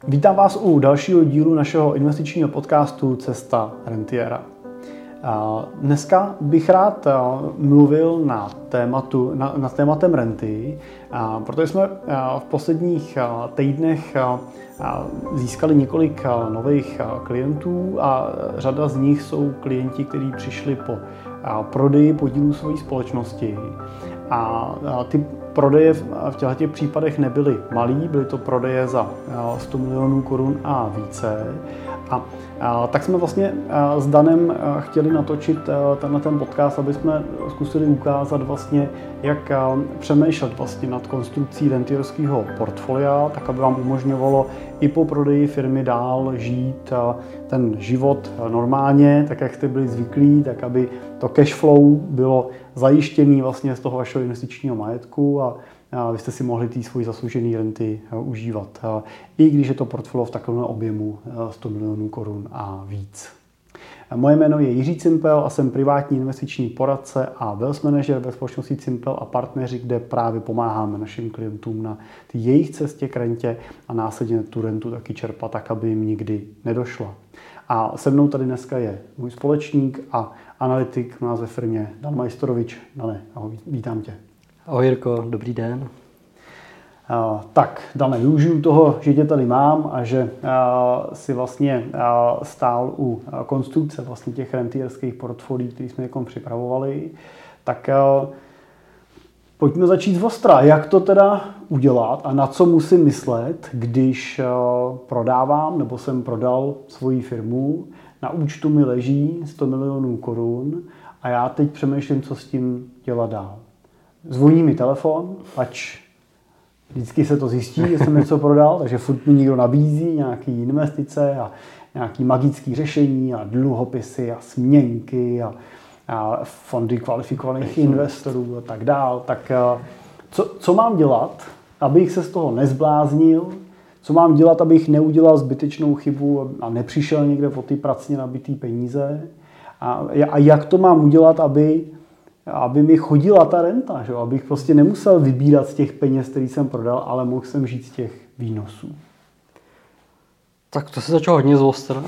Vítám vás u dalšího dílu našeho investičního podcastu Cesta rentiera. Dneska bych rád mluvil nad tématem renty, protože jsme v posledních týdnech získali několik nových klientů a řada z nich jsou klienti, kteří přišli po prodeji podílu své společnosti. A ty prodeje v těchto případech nebyly malý, byly to prodeje za 100 milionů korun a více. A tak jsme vlastně s Danem chtěli natočit ten podcast, aby jsme zkusili ukázat vlastně, jak přemýšlet vlastně nad konstrukcí rentierského portfolia, tak aby vám umožňovalo i po prodeji firmy dál žít ten život normálně, tak jak jste byli zvyklí, tak aby to cash flow bylo zajištěné vlastně z toho vašeho investičního majetku a vy jste si mohli ty svoji zasloužené renty užívat. I když je to portfolio v takovém objemu 100 milionů korun a víc. Moje jméno je Jiří Cimpel a jsem privátní investiční poradce a wealth manager ve společnosti Cimpel a partneři, kde právě pomáháme našim klientům na jejich cestě k rentě a následně tu rentu taky čerpat tak, aby jim nikdy nedošla. A se mnou tady dneska je můj společník a analytik u nás ve firmě Dan Majstorovič. Dane, ahoj, vítám tě. Ahoj Jirko, dobrý den. Tak, Dane, využiju toho, že tě tady mám a že si vlastně stál u konstrukce vlastně těch rentierských portfolií, které jsme připravovali. Tak pojďme začít z ostra. Jak to teda udělat a na co musím myslet, když prodávám nebo jsem prodal svoji firmu, na účtu mi leží 100 milionů korun a já teď přemýšlím, co s tím dělat dál. Zvoní mi telefon, ač vždycky se to zjistí, že jsem něco prodal, takže furt mi někdo nabízí nějaké investice a nějaké magické řešení a dluhopisy a směnky a fondy kvalifikovaných investorů a tak dál. Tak co mám dělat, abych se z toho nezbláznil? Co mám dělat, abych neudělal zbytečnou chybu a nepřišel někde po ty pracně nabitý peníze? A jak to mám udělat, aby mi chodila ta renta, že? Abych prostě nemusel vybírat z těch peněz, který jsem prodal, ale mohl jsem žít z těch výnosů. Tak to se začalo hodně zostra.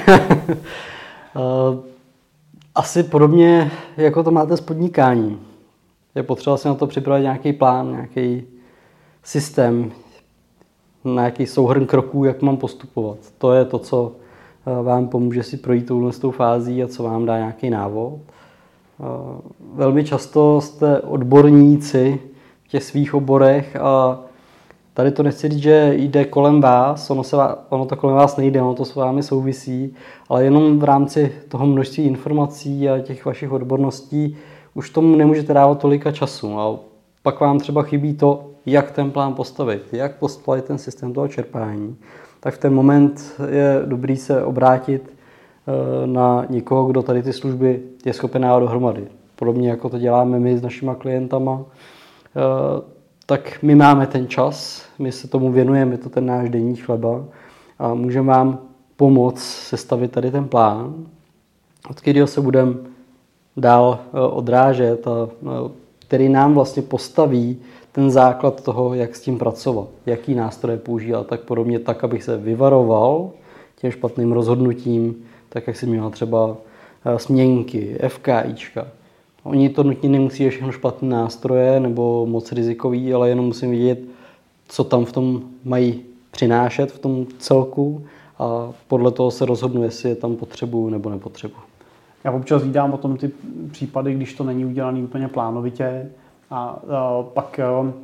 Asi podobně, jako to máte s podnikáním. Je potřeba si na to připravit nějaký plán, nějaký systém, nějaký souhrn kroků, jak mám postupovat. To je to, co vám pomůže si projít touhle fází a co vám dá nějaký návod. Velmi často jste odborníci v těch svých oborech a tady to nechci říct, že jde kolem vás, ono to kolem vás nejde, ono to s vámi souvisí, ale jenom v rámci toho množství informací a těch vašich odborností už tomu nemůžete dávat tolika času a pak vám třeba chybí to, jak ten plán postavit, jak postavit ten systém toho čerpání. Tak v ten moment je dobrý se obrátit na někoho, kdo tady ty služby je schopen dávat dohromady. Podobně jako to děláme my s našima klientama, tak my máme ten čas, my se tomu věnujeme, je to ten náš denní chleba a můžeme vám pomoct sestavit tady ten plán, od kterého se budeme dál odrážet a který nám vlastně postaví ten základ toho, jak s tím pracovat, jaký nástroje používat, tak podobně tak, abych se vyvaroval těm špatným rozhodnutím, tak jak si měla třeba směnky, FKIčka. Oni to nutně nemusí všechno špatné nástroje nebo moc rizikový, ale jenom musím vidět, co tam v tom mají přinášet v tom celku a podle toho se rozhodnu, jestli je tam potřebu nebo nepotřebu. Já občas vídám o tom ty případy, když to není udělané úplně plánovitě a pak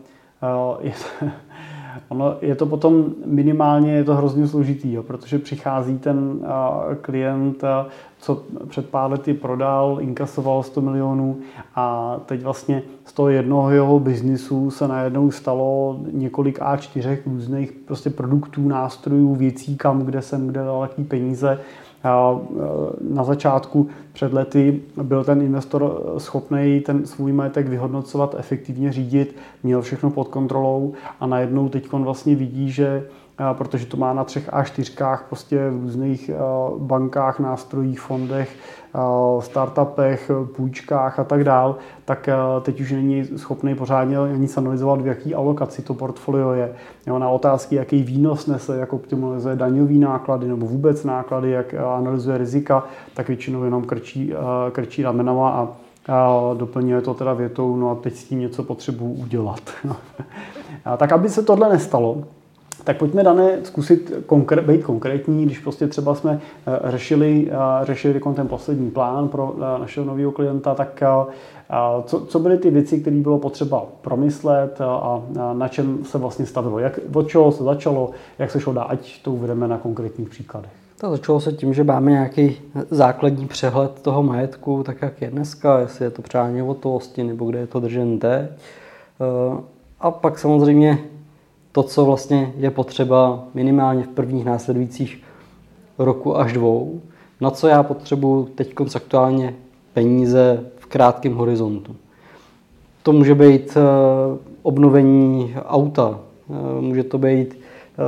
je to potom minimálně je to hrozně složitý, jo, protože přichází ten klient, co před pár lety prodal, inkasoval 100 milionů a teď vlastně z toho jednoho jeho biznisu se najednou stalo několik A4 různých prostě produktů, nástrojů, věcí, kde dal jaký peníze. Na začátku před lety byl ten investor schopný ten svůj majetek vyhodnocovat, efektivně řídit, měl všechno pod kontrolou a najednou teď vlastně vidí, že protože to má na 3 A4 prostě v různých bankách, nástrojích, fondech, startupech, půjčkách a tak dál, tak teď už není schopný pořádně nic analyzovat, v jaký alokaci to portfolio je. Jo, na otázky, jaký výnos nese, jak optimalizuje daňový náklady nebo vůbec náklady, jak analyzuje rizika, tak většinou jenom krčí ramenama a doplňuje to teda větou, no a teď s tím něco potřebuji udělat. Tak aby se tohle nestalo, tak pojďme, Dané, zkusit být konkrétní, když prostě třeba jsme řešili ten poslední plán pro našeho nového klienta, tak co byly ty věci, které bylo potřeba promyslet a na čem se vlastně stavilo? Od čeho se začalo, jak se šlo dál, ať to uvedeme na konkrétních příkladech. To začalo se tím, že máme nějaký základní přehled toho majetku, tak jak je dneska, jestli je to přání hotovosti nebo kde je to držen teď. A pak samozřejmě to, co vlastně je potřeba minimálně v prvních následujících roku až 2, na co já potřebuji teď aktuálně peníze v krátkém horizontu. To může být obnovení auta, může to být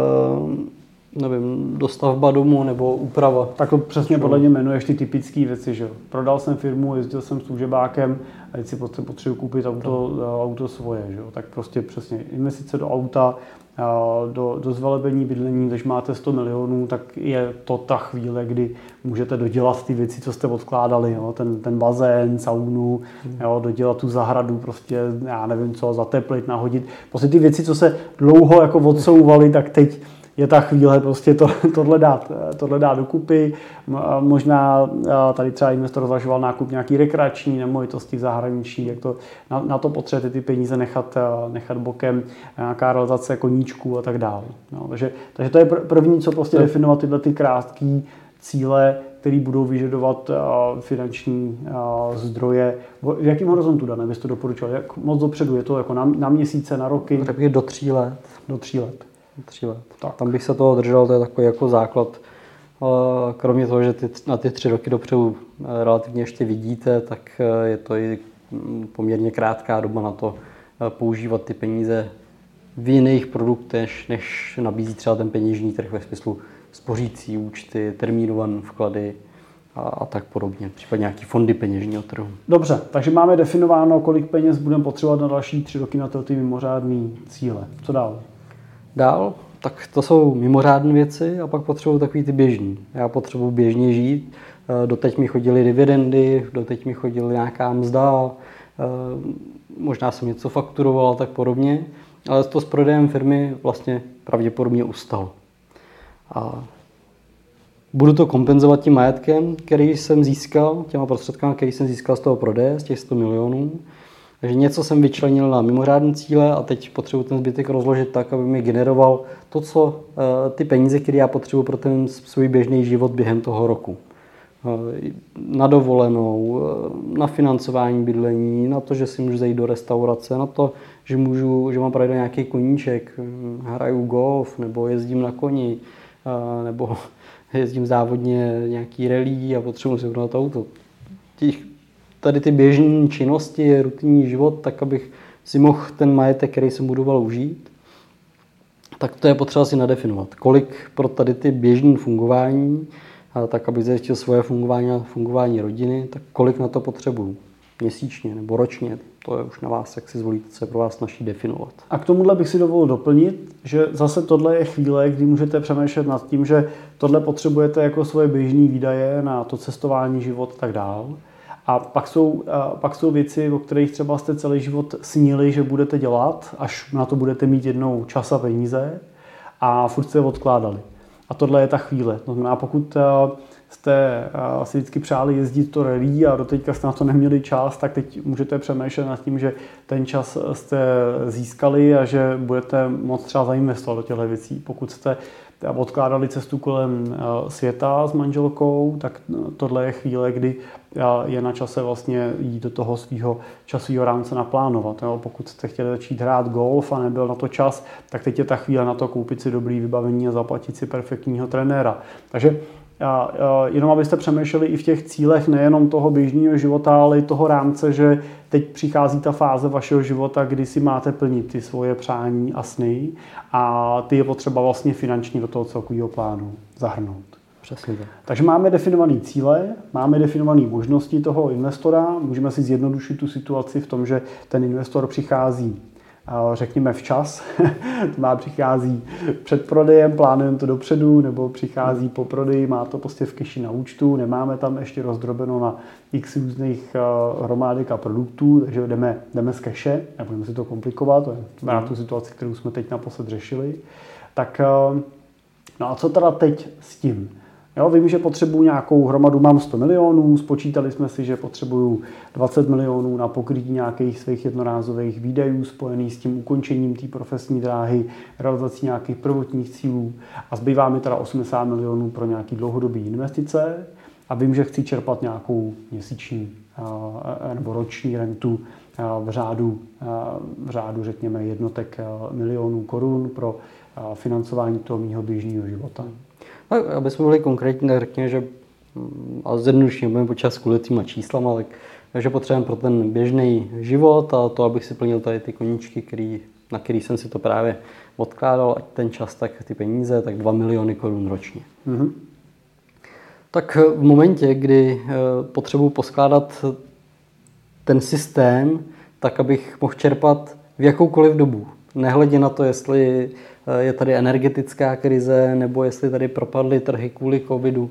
dostavba domu nebo úprava. Tak to přesně podle mě jmenuješ ty typické věci, že jo. Prodal jsem firmu, jezdil jsem služebákem a teď si potřebuji koupit auto svoje, že jo. Tak prostě přesně investice do auta, do zvelebení bydlení, když máte 100 milionů, tak je to ta chvíle, kdy můžete dodělat ty věci, co jste odkládali, jo. Ten bazén, saunu, jo, dodělat tu zahradu, prostě já nevím co, zateplit, nahodit. Prostě ty věci, co se dlouho jako odsouvaly, tak teď je ta chvíle prostě tohle dát dokupy. Možná tady třeba investor zvažoval nákup nějaký rekreační nemovitosti v zahraničí, jak to, na to potřebujete ty peníze nechat bokem, nějaká realizace koníčků a tak dále. No, takže to je první, co prostě definovat tyhle ty krátké cíle, které budou vyžadovat finanční zdroje. V jakém horizontu, Dané, bys to doporučil? Jak moc dopředu? Je to jako na měsíce, na roky? Tak je do 3 let. Do 3 let. 3 let. Tak. Tam bych se toho držel, to je takový jako základ. Kromě toho, že na ty 3 roky dopředu relativně ještě vidíte, tak je to i poměrně krátká doba na to používat ty peníze v jiných produktech, než nabízí třeba ten peněžní trh ve smyslu spořící účty, termínované vklady a tak podobně, případně nějaký fondy peněžního trhu. Dobře, takže máme definováno, kolik peněz budeme potřebovat na další 3 roky na ty mimořádné cíle. Co dál? Dál, tak to jsou mimořádné věci a pak potřebuji takový ty běžný. Já potřebuji běžně žít, doteď mi chodily dividendy, doteď mi chodila nějaká mzda, možná jsem něco fakturoval a tak podobně, ale to s prodejem firmy vlastně pravděpodobně ustalo. A budu to kompenzovat tím majetkem, který jsem získal, těma prostředkami, který jsem získal z toho prodeje, z těch 100 milionů. Takže něco jsem vyčlenil na mimořádné cíle a teď potřebuji ten zbytek rozložit tak, aby mi generoval to, co ty peníze, které já potřebuji pro ten svůj běžný život během toho roku. Na dovolenou, na financování bydlení, na to, že si můžu zajít do restaurace, na to, že mám právě nějaký koníček, hraju golf, nebo jezdím na koni, nebo jezdím závodně nějaký rally a potřebuji si udělat auto. Tady ty běžné činnosti, rutinní život, tak abych si mohl ten majetek, který jsem budoval, užít, tak to je potřeba si nadefinovat. Kolik pro tady ty běžné fungování, tak aby zajistil svoje fungování a fungování rodiny, tak kolik na to potřebuju. Měsíčně nebo ročně, to je už na vás, jak si zvolíte, co je pro vás snaží definovat. A k tomuhle bych si dovolil doplnit, že zase tohle je chvíle, kdy můžete přemýšlet nad tím, že tohle potřebujete jako svoje běžné výdaje na to cestování, život a tak dál. A pak jsou věci, o kterých třeba jste celý život snili, že budete dělat, až na to budete mít jednou čas a peníze a furt jste je odkládali. A tohle je ta chvíle. To znamená, pokud jste si vždycky přáli jezdit to rally a doteďka jste na to neměli čas, tak teď můžete přemýšlet nad tím, že ten čas jste získali a že budete moct třeba zainvestovat do těchto věcí. Pokud jste odkládali cestu kolem světa s manželkou, tak tohle je chvíle, kdy je na čase vlastně jít do toho svého časového rámce naplánovat. Jo. Pokud jste chtěli začít hrát golf a nebyl na to čas, tak teď je ta chvíle na to koupit si dobrý vybavení a zaplatit si perfektního trenéra. Takže jenom abyste přemýšleli i v těch cílech nejenom toho běžného života, ale i toho rámce, že teď přichází ta fáze vašeho života, kdy si máte plnit ty svoje přání a sny a ty je potřeba vlastně finančně do toho celkového plánu zahrnout. Přesně tak. Takže máme definované cíle, máme definované možnosti toho investora, můžeme si zjednodušit tu situaci v tom, že ten investor přichází řekněme včas, přichází před prodejem, plánujeme to dopředu, nebo přichází po prodeji, má to prostě v keši na účtu, nemáme tam ještě rozdrobeno na x různých hromádek a produktů, takže jdeme z keše, nebudeme si to komplikovat, to je na tu situaci, kterou jsme teď naposled řešili. Tak, no a co teda teď s tím? Jo, vím, že potřebuju nějakou hromadu, mám 100 milionů, spočítali jsme si, že potřebuju 20 milionů na pokrytí nějakých svých jednorázových výdajů spojených s tím ukončením té profesní dráhy, realizací nějakých prvotních cílů a zbývá mi teda 80 milionů pro nějaké dlouhodobé investice a vím, že chci čerpat nějakou měsíční nebo roční rentu v řádu řekněme jednotek milionů korun pro financování toho mýho běžného života. Aby jsme byli konkrétní, tak řekněme, že a zjednodušeně budeme počítat s kulatýma číslama, takže potřebujeme pro ten běžný život a to, abych si plnil tady ty koníčky, na který jsem si to právě odkládal, ať ten čas, tak ty peníze, tak 2 miliony korun ročně. Mm-hmm. Tak v momentě, kdy potřebuji poskládat ten systém, tak abych mohl čerpat v jakoukoliv dobu. Nehledě na to, jestli je tady energetická krize, nebo jestli tady propadly trhy kvůli covidu.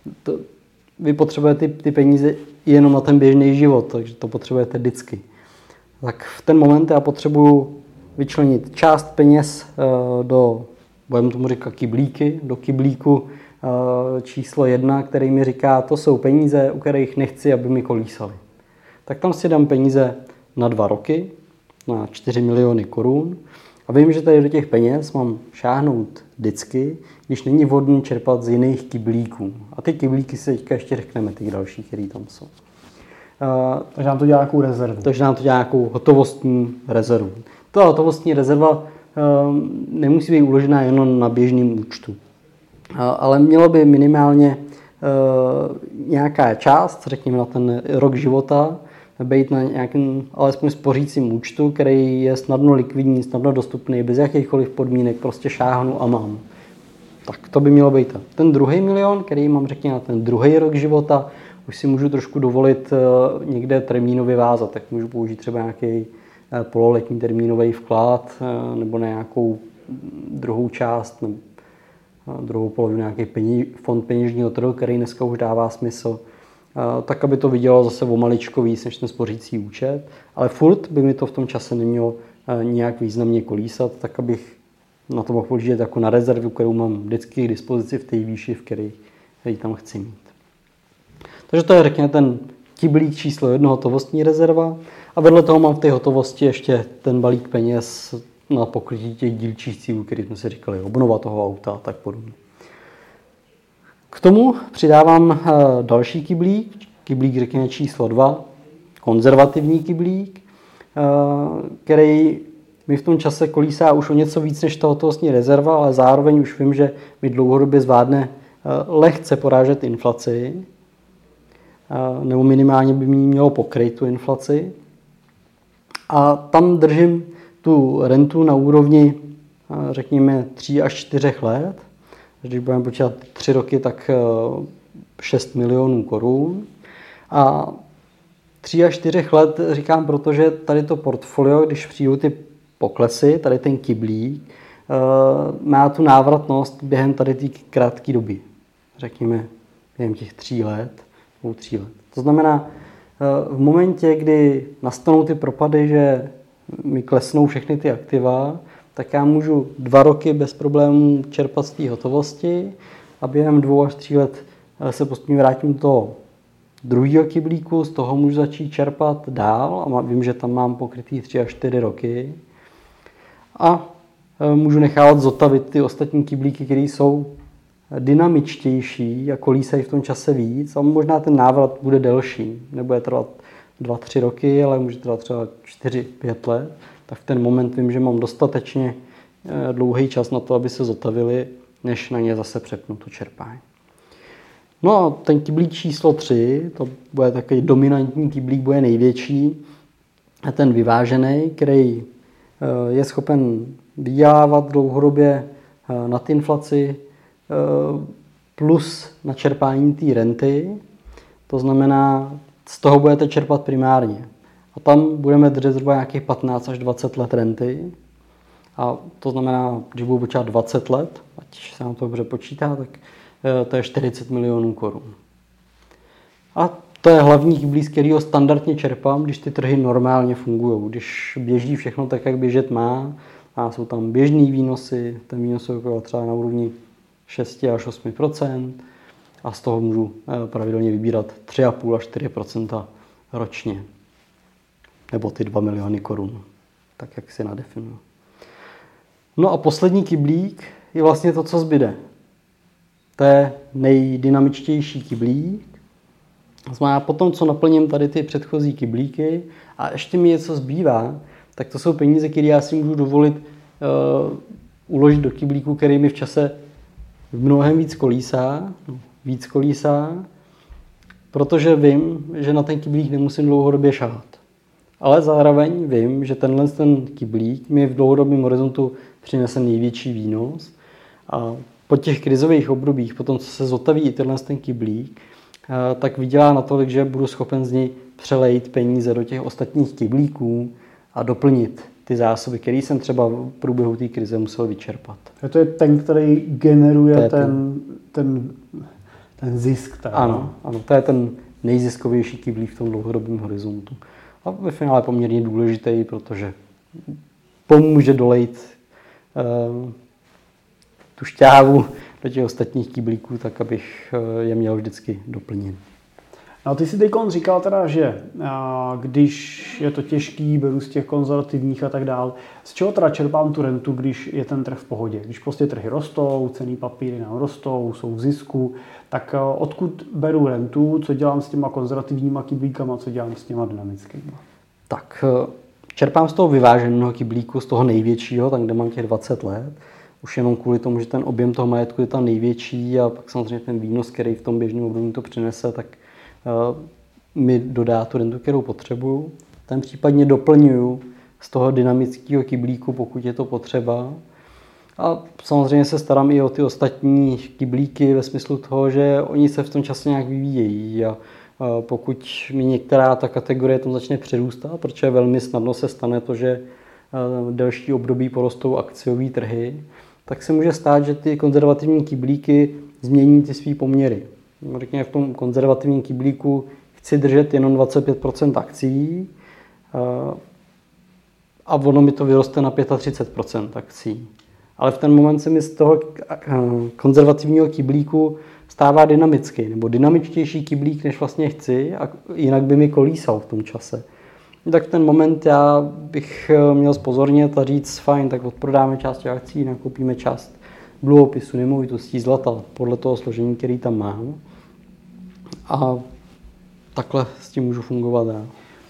Vy potřebujete ty peníze jenom na ten běžný život, takže to potřebujete vždycky. Tak v ten moment já potřebuji vyčlenit část peněz budeme tomu říkat kyblíky, do kyblíku číslo 1, který mi říká, to jsou peníze, u kterých nechci, aby mi kolísaly. Tak tam si dám peníze na 2 roky, na 4 miliony korun. A vím, že tady do těch peněz mám šáhnout vždycky, když není vhodný čerpat z jiných kyblíků. A ty kyblíky si teďka ještě řekneme, ty další, které tam jsou. Takže nám to dělá nějakou rezervu. Takže nám to dělá nějakou hotovostní rezervu. Ta hotovostní rezerva nemusí být uložená jenom na běžném účtu. Ale mělo by minimálně nějaká část, řekněme na ten rok života, být na nějakém alespoň spořícím účtu, který je snadno likvidní, snadno dostupný, bez jakýchkoliv podmínek, prostě šáhnu a mám. Tak to by mělo být. Ten druhý milion, který mám řekněme na ten druhý rok života, už si můžu trošku dovolit někde termínově vázat, tak můžu použít třeba nějaký pololetní termínový vklad nebo na nějakou druhou část, nebo druhou polovinu nějaký fond peněžního trhu, který dneska už dává smysl. Tak, aby to vydělalo zase o maličko víc než ten spořící účet, ale furt by mi to v tom čase nemělo nějak významně kolísat, tak abych na to mohl pohlížet jako na rezervu, kterou mám vždycky k dispozici v té výši, v který tam chci mít. Takže to je řekněme ten kyblík číslo 1, hotovostní rezerva a vedle toho mám v té hotovosti ještě ten balík peněz na pokrytí těch dílčích cílů, který jsme si říkali, obnova toho auta a tak podobně. K tomu přidávám další kyblík řekněme číslo 2, konzervativní kyblík, který mi v tom čase kolísá už o něco víc než ta hotovostní rezerva, ale zároveň už vím, že mi dlouhodobě zvládne lehce porážet inflaci, nebo minimálně by mi mělo pokryt tu inflaci. A tam držím tu rentu na úrovni, řekněme, 3 až 4 let. Když budeme počítat 3 roky, tak 6 milionů korun. A 3 až 4 let říkám, protože tady to portfolio, když přijdou ty poklesy, tady ten kyblík, má tu návratnost během tady té krátké doby. Řekněme, během těch 3 let. To znamená, v momentě, kdy nastanou ty propady, že mi klesnou všechny ty aktiva, tak já můžu 2 roky bez problémů čerpat z té hotovosti a během 2 až 3 let se postupně vrátím do toho druhého kyblíku, z toho můžu začít čerpat dál a vím, že tam mám pokrytý 3 až 4 roky a můžu nechávat zotavit ty ostatní kyblíky, které jsou dynamičtější a kolísají v tom čase víc a možná ten návrat bude delší, nebude trvat 2-3 roky, ale může trvat třeba 4-5 let, tak v ten moment vím, že mám dostatečně dlouhý čas na to, aby se zotavili, než na ně zase přepnu to čerpání. No ten kyblík číslo 3, to bude takový dominantní kyblík, bude největší. A ten vyvážený, který je schopen vydělávat dlouhodobě nad inflaci plus na čerpání té renty. To znamená, z toho budete čerpat primárně. A tam budeme držet zhruba nějakých 15 až 20 let renty. A to znamená, když budu počítat 20 let, ať se nám to dobře počítá, tak to je 40 milionů korun. A to je hlavní kyblík, z kterého standardně čerpám, když ty trhy normálně fungují. Když běží všechno tak, jak běžet má, a jsou tam běžný výnosy, ten výnos je třeba na úrovni 6 až 8%, a z toho můžu pravidelně vybírat 3,5 až 4% ročně. Nebo ty 2 miliony korun, tak jak si nadefinuju. No a poslední kyblík je vlastně to, co zbyde. To je nejdynamičtější kyblík. Znamená, potom, co naplním tady ty předchozí kyblíky a ještě mi něco zbývá, tak to jsou peníze, které já si můžu dovolit uložit do kyblíku, který mi v čase mnohem víc kolísá, protože vím, že na ten kyblík nemusím dlouhodobě šahat. Ale zároveň vím, že ten kyblík mi v dlouhodobém horizontu přinese největší výnos. A po těch krizových obdobích, potom co se zotaví i ten kyblík, tak vydělá natolik, že budu schopen z něj přelejt peníze do těch ostatních kyblíků a doplnit ty zásoby, které jsem třeba v průběhu té krize musel vyčerpat. A to je ten, který generuje ten zisk. Tady. Ano, to je ten nejziskovější kyblík v tom dlouhodobém horizontu. A ve finále je poměrně důležitý, protože pomůže dolejt tu šťávu do těch ostatních kyblíků, tak abych je měl vždycky doplnit. No ty si teď říkal teda, že když je to těžký, beru z těch konzervativních a tak dál, z čeho teda čerpám tu rentu, když je ten trh v pohodě? Když prostě trhy rostou, cenný papíry nám rostou, jsou v zisku, tak odkud beru rentu, co dělám s těma konzervativníma kyblíkama, co dělám s těma dynamickými? Tak čerpám z toho vyváženého kyblíku, z toho největšího, tam, kde mám těch 20 let, už jenom kvůli tomu, že ten objem toho majetku je tam největší a pak samozřejmě ten výnos, který v tom běžném období to přinese, tak mi dodá tu rentu, kterou potřebuju. Ten případně doplňuju z toho dynamického kyblíku, pokud je to potřeba. A samozřejmě se starám i o ty ostatní kyblíky ve smyslu toho, že oni se v tom čase nějak vyvíjejí. A pokud mi některá ta kategorie tam začne přerůstat, protože velmi snadno se stane to, že delší období porostou akciové trhy, tak se může stát, že ty konzervativní kyblíky změní ty svý poměry. Řekněme, v tom konzervativním kyblíku chci držet jenom 25% akcií a ono mi to vyroste na 35% akcií. Ale v ten moment se mi z toho konzervativního kyblíku stává dynamický, nebo dynamičtější kyblík, než vlastně chci, a jinak by mi kolísal v tom čase. Tak v ten moment já bych měl zpozornět a říct, fajn, tak odprodáme část akcí, nakoupíme část dluhopisů, nemovitostí, zlata, podle toho složení, který tam mám. A takhle s tím můžu fungovat já.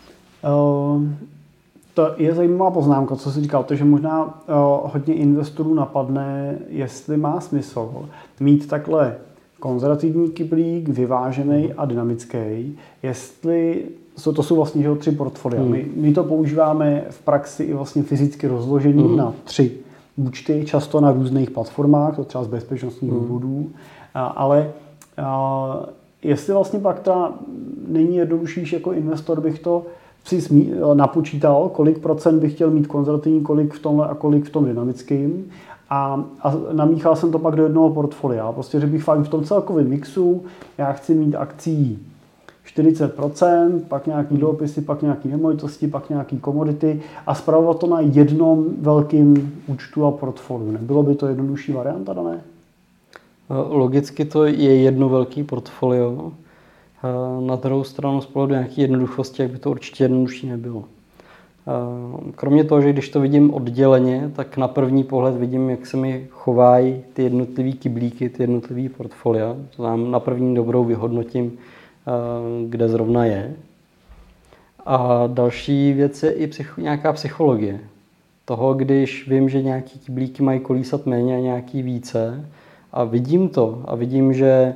To je zajímavá poznámka, co jsi říkal, to, že možná hodně investorů napadne, jestli má smysl mít takhle konzervativní kyblík, vyvážený a dynamický, jestli to jsou vlastně 3 portfolia. My to používáme v praxi i vlastně fyzicky rozložení na 3 účty, často na různých platformách, to třeba z bezpečnostních důvodů, ale jestli vlastně pak ta není jednodušší, jako investor bych to si napočítal, kolik procent bych chtěl mít konzervativní, kolik v tomhle a kolik v tom dynamickým. A namíchal jsem to pak do jednoho portfolia. Prostě, že bych fakt v tom celkovém mixu, já chci mít akcí 40%, pak nějaký dluhopisy, pak nějaký nemovitosti, pak nějaký komodity a spravovat to na jednom velkým účtu a portfoliu. Nebylo by to jednodušší varianta, ne? Logicky to je jedno velký portfolio. Na druhou stranu z pohledu nějaké jednoduchosti, jak by to určitě jednodušší nebylo. Kromě toho, že když to vidím odděleně, tak na první pohled vidím, jak se mi chovají ty jednotlivé kyblíky, ty jednotlivé portfolia. To znamená, na první dobrou vyhodnotím, kde zrovna je. A další věc je i nějaká psychologie. Toho, když vím, že nějaký kyblíky mají kolísat méně a nějaký více, a vidím to a vidím, že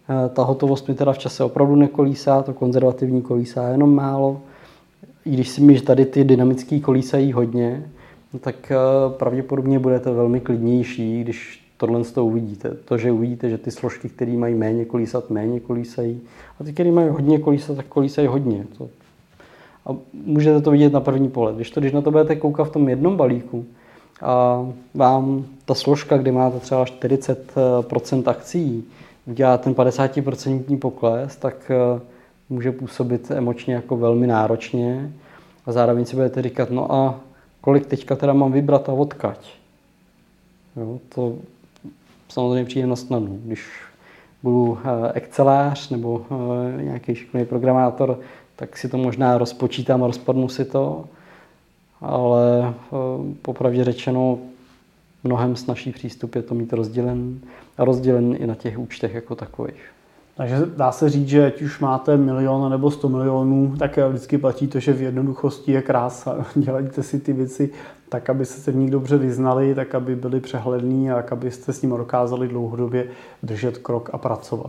Ta hotovost mi teda v čase opravdu nekolísá, to konzervativní kolísá jenom málo. I když si mi, že tady ty dynamický kolísají hodně, tak pravděpodobně budete velmi klidnější, když tohle z toho uvidíte. To, že uvidíte, že ty složky, které mají méně kolísají, a ty, které mají hodně kolísat, tak kolísají hodně. A můžete to vidět na první pohled. Když na to budete koukat v tom jednom balíku a vám ta složka, kde máte třeba 40% akcií, udělá ten 50% pokles, tak může působit emočně jako velmi náročně a zároveň si budete říkat, no a kolik teďka teda mám vybrat a odkaď. Jo, to samozřejmě přijde na snadno. Když budu excelář nebo nějaký šikovný programátor, tak si to možná rozpočítám a rozpadnu si to, ale popravdě řečeno mnohem snazší přístup je to mít rozdělen i na těch účtech jako takových. Takže dá se říct, že ať už máte 1 milion nebo 100 milionů, tak vždycky platí to, že v jednoduchosti je krása. Dělejte si ty věci tak, aby se v nich dobře vyznali, tak, aby byly přehledný a tak, abyste s ním dokázali dlouhodobě držet krok a pracovat.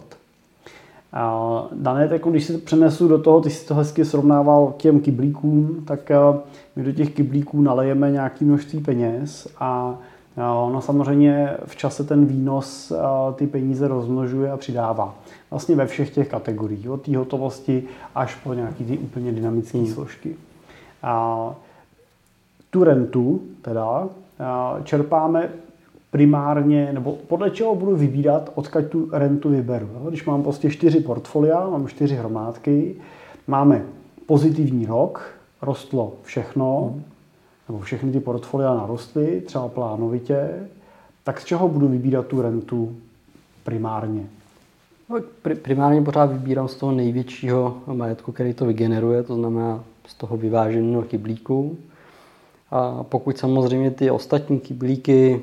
Dané, když se přenesu do toho, ty jsi to hezky srovnával k těm kyblíkům, tak my do těch kyblíků nalejeme nějaké množství peněz a ono samozřejmě v čase ten výnos ty peníze rozmnožuje a přidává. Vlastně ve všech těch kategoriích, od té hotovosti až po nějaké ty úplně dynamické složky. Tu rentu teda čerpáme primárně, nebo podle čeho budu vybírat, odkud tu rentu vyberu. Když mám prostě 4 portfolia, mám 4 hromádky, máme pozitivní rok, rostlo všechno, nebo všechny ty portfolia narostly, třeba plánovitě, tak z čeho budu vybírat tu rentu primárně? No, primárně pořád vybírám z toho největšího majetku, který to vygeneruje, to znamená z toho vyváženého kyblíku. A pokud samozřejmě ty ostatní kyblíky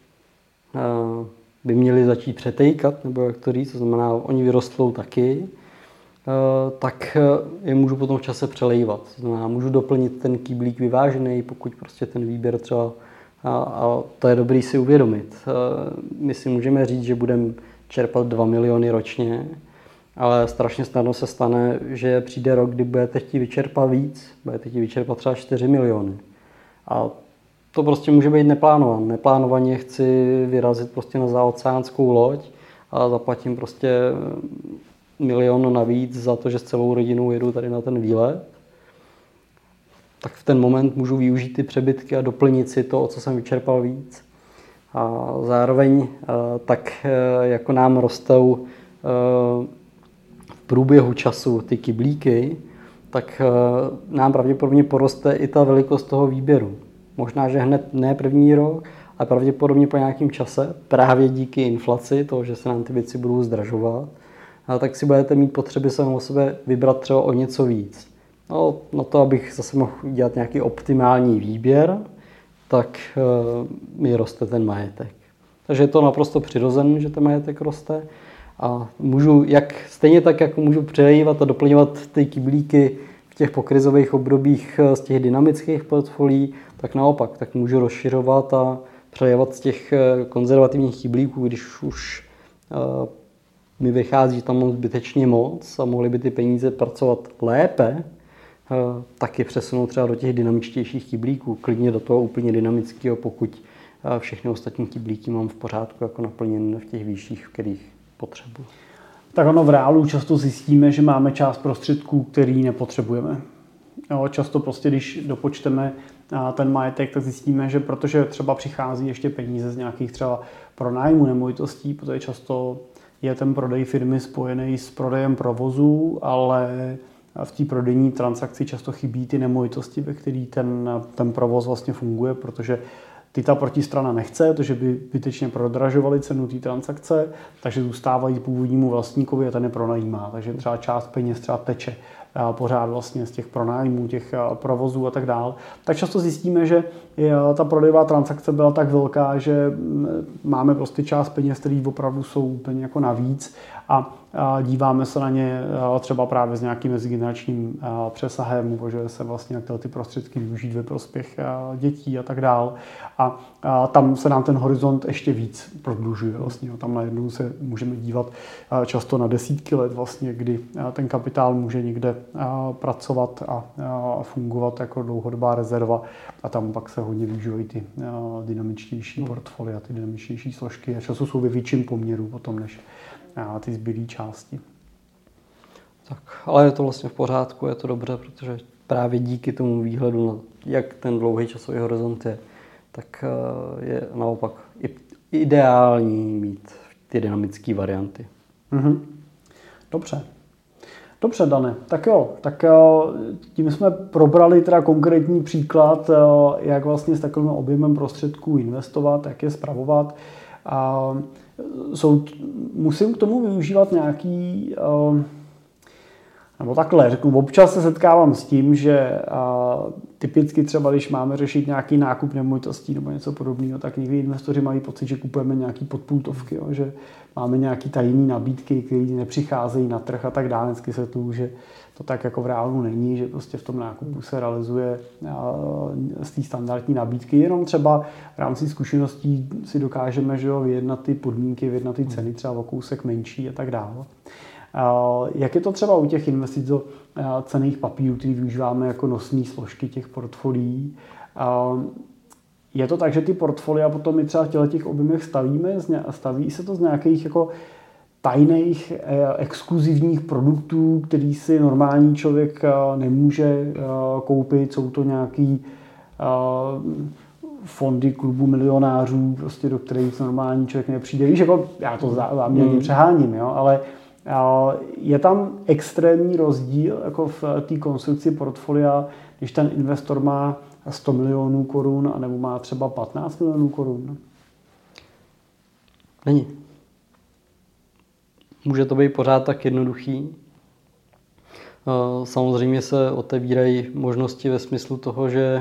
by měly začít přetejkat, nebo jak to říct, to znamená, oni vyrostlou taky, tak je můžu potom v čase přelejvat. To znamená, můžu doplnit ten kyblík vyvážený, pokud prostě ten výběr třeba, a to je dobrý si uvědomit. My si můžeme říct, že budeme čerpat 2 miliony ročně, ale strašně snadno se stane, že přijde rok, kdy budete chtít vyčerpat víc, budete chtít vyčerpat třeba 4 miliony. A to prostě může být neplánované. Neplánovaně chci vyrazit prostě na zaoceánskou loď a zaplatím prostě 1 milion navíc za to, že s celou rodinou jedu tady na ten výlet. Tak v ten moment můžu využít ty přebytky a doplnit si to, o co jsem vyčerpal víc. A zároveň tak jako nám rostou v průběhu času ty kyblíky, tak nám pravděpodobně poroste i ta velikost toho výběru. Možná, že hned ne první rok, ale pravděpodobně po nějakém čase, právě díky inflaci, toho, že se nám ty věci budou zdražovat, tak si budete mít potřeby sami o sebe vybrat třeba o něco víc. No, na to, abych zase mohl dělat nějaký optimální výběr, tak mi roste ten majetek. Takže je to naprosto přirozené, že ten majetek roste. A můžu, stejně tak, jako můžu přelívat a doplňovat ty kyblíky v těch pokrizových obdobích z těch dynamických portfolií, tak naopak, tak můžu rozšiřovat a přelévat z těch konzervativních kyblíků, když už mi vychází, že tam mám zbytečně moc a mohly by ty peníze pracovat lépe, tak je přesunout třeba do těch dynamičtějších kyblíků, klidně do toho úplně dynamického, pokud všechny ostatní kyblíky mám v pořádku jako naplněné v těch výších, v kterých potřebuji. Tak ono v reálu často zjistíme, že máme část prostředků, který nepotřebujeme. Jo, často prostě, když dopočteme ten majetek, tak zjistíme, že protože třeba přichází ještě peníze z nějakých třeba pronájmu nemovitostí, protože často je ten prodej firmy spojený s prodejem provozu, ale v té prodejní transakci často chybí ty nemovitosti, ve který ten provoz vlastně funguje, protože ta protistrana nechce, protože by zbytečně prodražovali cenu té transakce, takže zůstávají původnímu vlastníkovi a ten je pronajímá. Takže třeba část peněz třeba teče pořád vlastně z těch pronájmů, těch provozů a tak dál, tak často zjistíme, že ta prodejová transakce byla tak velká, že máme prostě část peněz, které opravdu jsou úplně jako navíc a díváme se na ně třeba právě s nějakým mezigeneračním přesahem, uvažuje se vlastně, jak ty prostředky využít ve prospěch dětí a tak dál. A tam se nám ten horizont ještě víc prodlužuje. Vlastně. Tam najednou se můžeme dívat často na desítky let, vlastně, kdy ten kapitál může někde pracovat a fungovat jako dlouhodobá rezerva a tam pak se hodně využívají ty dynamičtější portfolia, ty dynamičtější složky a často jsou ve větším poměru potom než ty zbylé části. Tak, ale je to vlastně v pořádku, je to dobře, protože právě díky tomu výhledu, na jak ten dlouhý časový horizont je, tak je naopak ideální mít ty dynamické varianty. Mm-hmm. Dobře. Dobře, Dane. Tak jo, tím jsme probrali teda konkrétní příklad, jak vlastně s takovým objemem prostředků investovat, jak je spravovat. Musím k tomu využívat nějaký, nebo takhle, řeknu, občas se setkávám s tím, že typicky třeba, když máme řešit nějaký nákup nemovitostí nebo něco podobného, tak někdy investoři mají pocit, že kupujeme nějaký podpultovky, jo, že máme nějaký tajný nabídky, které nepřicházejí na trh a tak dále. Vždycky se tu, že to tak jako v reálu není, že prostě v tom nákupu se realizuje z té standardní nabídky. Jenom třeba v rámci zkušeností si dokážeme, že jo, vyjednat ty podmínky, vyjednat ty ceny třeba o kousek menší a tak dále. Jak je to třeba u těch investic do cenných papírů, které využíváme jako nosné složky těch portfolií? Je to tak, že ty portfolia potom i třeba v těch objemech staví se to z nějakých jako tajných, exkluzivních produktů, který si normální člověk nemůže koupit. Jsou to nějaký fondy klubu milionářů, prostě, do kterých normální člověk nepřijde. Víš, jako já to záměrně přeháním, jo, ale je tam extrémní rozdíl jako v té konstrukci portfolia, když ten investor má 100 milionů korun a nebo má třeba 15 milionů korun? Není. Může to být pořád tak jednoduchý. Samozřejmě se otevírají možnosti ve smyslu toho, že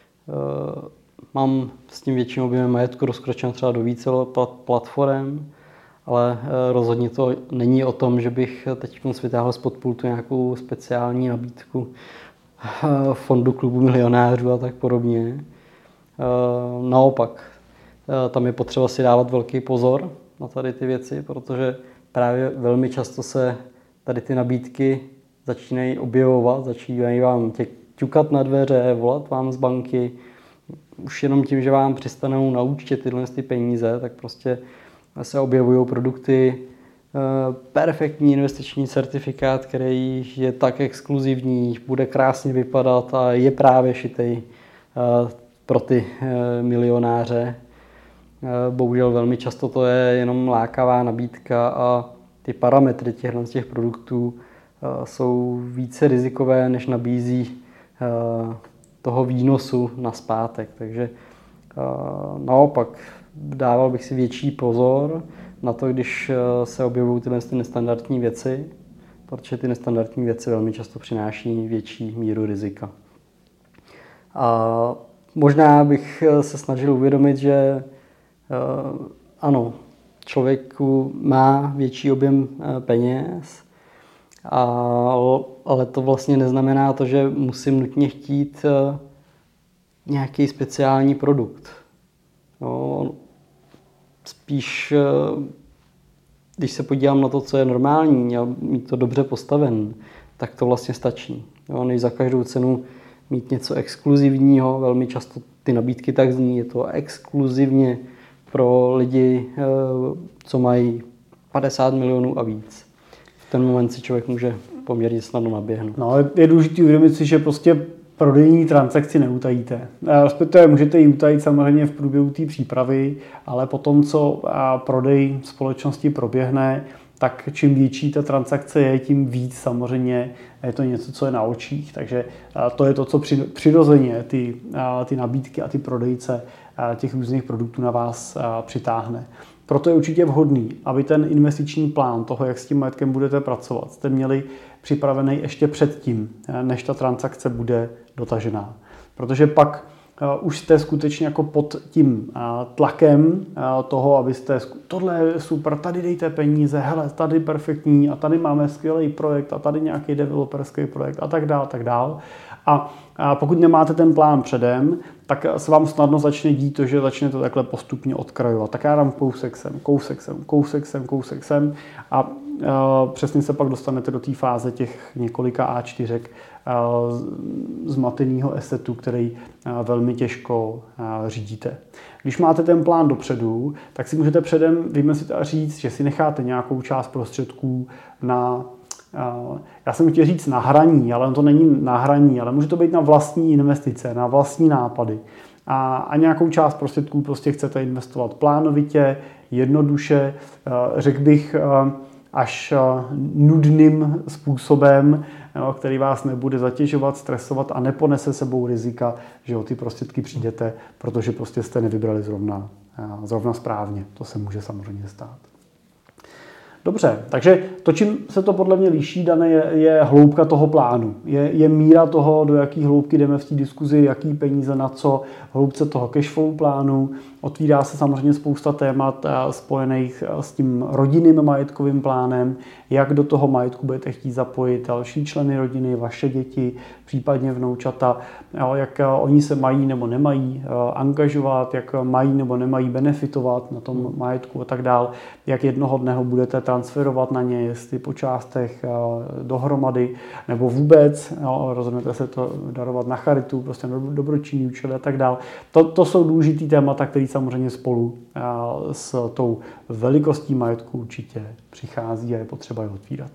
mám s tím větším objemem majetku rozkročen třeba do více platform, ale rozhodně to není o tom, že bych teď vytáhl spod pultu nějakou speciální nabídku fondu klubu milionářů a tak podobně. Naopak, tam je potřeba si dávat velký pozor na tady ty věci, protože právě velmi často se tady ty nabídky začínají objevovat, začínají vám ťukat na dveře, volat vám z banky. Už jenom tím, že vám přistanou na účtě tyhle peníze, tak prostě se objevují produkty, perfektní investiční certifikát, který je tak exkluzivní, bude krásně vypadat a je právě šitej pro ty milionáře. Bohužel velmi často to je jenom lákavá nabídka a ty parametry těch produktů jsou více rizikové, než nabízí toho výnosu nazpátek. Takže naopak dával bych si větší pozor na to, když se objevují tyhle nestandardní věci, protože ty nestandardní věci velmi často přináší větší míru rizika. A možná bych se snažil uvědomit, že ano, člověku má větší objem peněz, ale to vlastně neznamená to, že musím nutně chtít nějaký speciální produkt. No, spíš, když se podívám na to, co je normální a mít to dobře postaven, tak to vlastně stačí. Jo, než za každou cenu mít něco exkluzivního, velmi často ty nabídky tak zní, je to exkluzivně pro lidi, co mají 50 milionů a víc. V ten moment si člověk může poměrně snadno naběhnout. No, je důležité uvědomit si, že prostě prodejní transakci neutajíte. Respektive můžete ji utajit samozřejmě v průběhu té přípravy, ale potom, co prodej společnosti proběhne, tak čím větší ta transakce je, tím víc samozřejmě je to něco, co je na očích. Takže to je to, co přirozeně ty nabídky a ty prodejce těch různých produktů na vás přitáhne. Proto je určitě vhodný, aby ten investiční plán toho, jak s tím majetkem budete pracovat, jste měli připravený ještě předtím, než ta transakce bude dotažená. Protože pak už jste skutečně jako pod tím tlakem toho, abyste, tohle je super, tady dejte peníze, hele, tady perfektní a tady máme skvělý projekt a tady nějaký developerský projekt a tak dál. A pokud nemáte ten plán předem, tak se vám snadno začne dít to, že začnete takhle postupně odkrajovat. Tak já dám kousek sem a přesně se pak dostanete do té fáze těch několika A4 zmatenýho assetu, který velmi těžko řídíte. Když máte ten plán dopředu, tak si můžete předem vymyslet a říct, že si necháte nějakou část prostředků na, já jsem chtěl říct na hraní, ale on to není na hraní, ale může to být na vlastní investice, na vlastní nápady. A nějakou část prostředků prostě chcete investovat plánovitě, jednoduše, řekl bych, až nudným způsobem, který vás nebude zatěžovat, stresovat a neponese sebou rizika, že o ty prostředky přijdete, protože prostě jste nevybrali zrovna správně. To se může samozřejmě stát. Dobře, takže to, čím se to podle mě liší, Dane, je hloubka toho plánu. Je míra toho, do jaký hloubky jdeme v té diskuzi, jaký peníze na co, hloubce toho cashflow plánu. Otvírá se samozřejmě spousta témat spojených s tím rodinným majetkovým plánem, jak do toho majetku budete chtít zapojit další členy rodiny, vaše děti, případně vnoučata, jak oni se mají nebo nemají angažovat, jak mají nebo nemají benefitovat na tom majetku a tak dál, jak jednoho dne ho budete transferovat na ně, jestli po částech dohromady, nebo vůbec, rozhodnete se to darovat na charitu, prostě na dobročinný účely a tak dál. To jsou důležitý témata, které samozřejmě spolu s tou velikostí majetku určitě přichází a je potřeba je otvírat.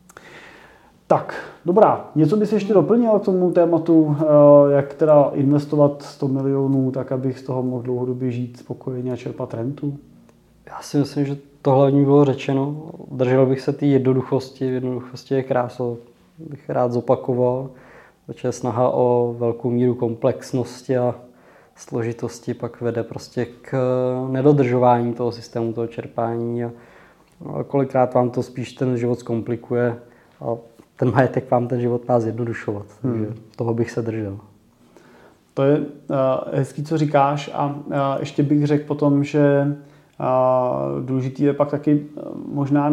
Tak, dobrá. Něco bys ještě doplnil k tomu tématu, jak teda investovat 100 milionů, tak abych z toho mohl dlouhodobě žít spokojeně a čerpat rentu? Já si myslím, že to hlavní bylo řečeno. Držel bych se té jednoduchosti. V jednoduchosti je krása. Bych rád zopakoval. Protože snaha o velkou míru komplexnosti a složitosti pak vede prostě k nedodržování toho systému, toho čerpání a kolikrát vám to spíš ten život zkomplikuje a ten majetek vám ten život má zjednodušovat. Takže toho bych se držel. To je hezký, co říkáš a ještě bych řekl potom, že důležitý je pak taky možná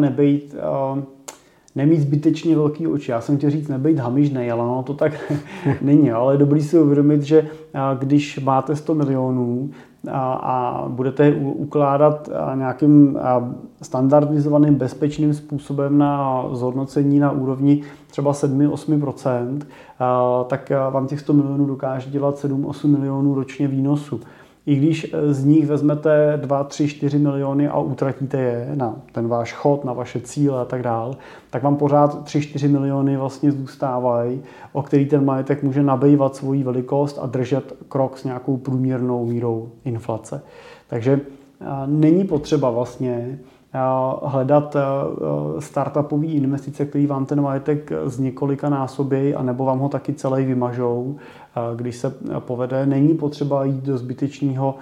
nemít zbytečně velký oči. Já jsem chtěl říct nebejt hamižnej, ale no to tak není. Ale je dobrý si uvědomit, že když máte 100 milionů a budete ukládat nějakým standardizovaným bezpečným způsobem na zhodnocení na úrovni třeba 7-8%, tak vám těch 100 milionů dokáže dělat 7-8 milionů ročně výnosu. I když z nich vezmete 2, 3, 4 miliony a utratíte je na ten váš chod, na vaše cíle a tak dál, tak vám pořád 3-4 miliony vlastně zůstávají, o který ten majetek může nabývat svoji velikost a držet krok s nějakou průměrnou mírou inflace. Takže není potřeba vlastně hledat startupové investice, které vám ten majetek z několika násobí, anebo vám ho taky celý vymažou, když se povede. Není potřeba jít do zbytečného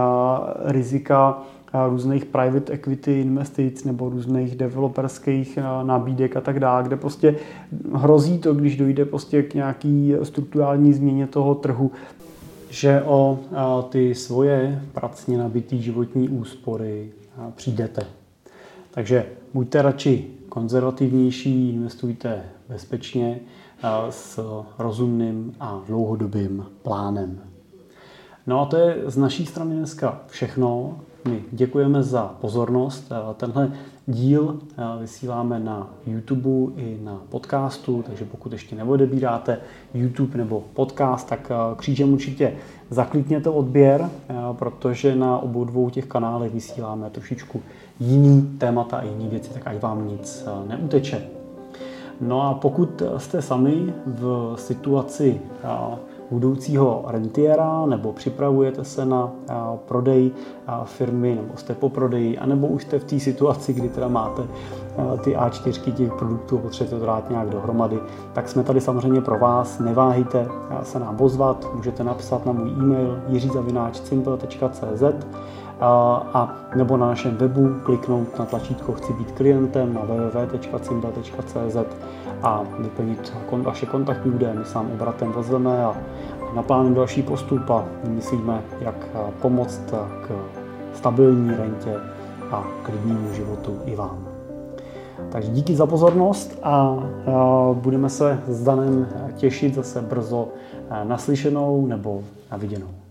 rizika různých private equity investic nebo různých developerských nabídek a tak dále, kde prostě hrozí to, když dojde prostě k nějaký strukturální změně toho trhu, že o ty svoje pracně nabitý životní úspory přijdete. Takže buďte radši konzervativnější, investujte bezpečně s rozumným a dlouhodobým plánem. No a to je z naší strany dneska všechno. My děkujeme za pozornost. Tenhle díl vysíláme na YouTube i na podcastu, takže pokud ještě neodebíráte YouTube nebo podcast, tak křížem určitě zaklikněte odběr, protože na obou dvou těch kanálech vysíláme trošičku jiný témata a jiný věci, tak ať vám nic neuteče. No a pokud jste sami v situaci budoucího rentiera nebo připravujete se na prodej firmy nebo jste po prodeji, anebo už jste v té situaci, kdy teda máte ty A4 těch produktů, potřebujete to dát nějak dohromady, tak jsme tady samozřejmě pro vás. Neváhejte se nám ozvat, můžete napsat na můj e-mail jiří@simple.cz a nebo na našem webu kliknout na tlačítko Chci být klientem na www.cimda.cz a vyplnit vaše kontaktní údaje. My sám obratem ozveme a naplánujeme další postup a vymyslíme, jak pomoct k stabilní rentě a klidnému životu i vám. Takže díky za pozornost a budeme se s Danem těšit zase brzo naslyšenou nebo na viděnou.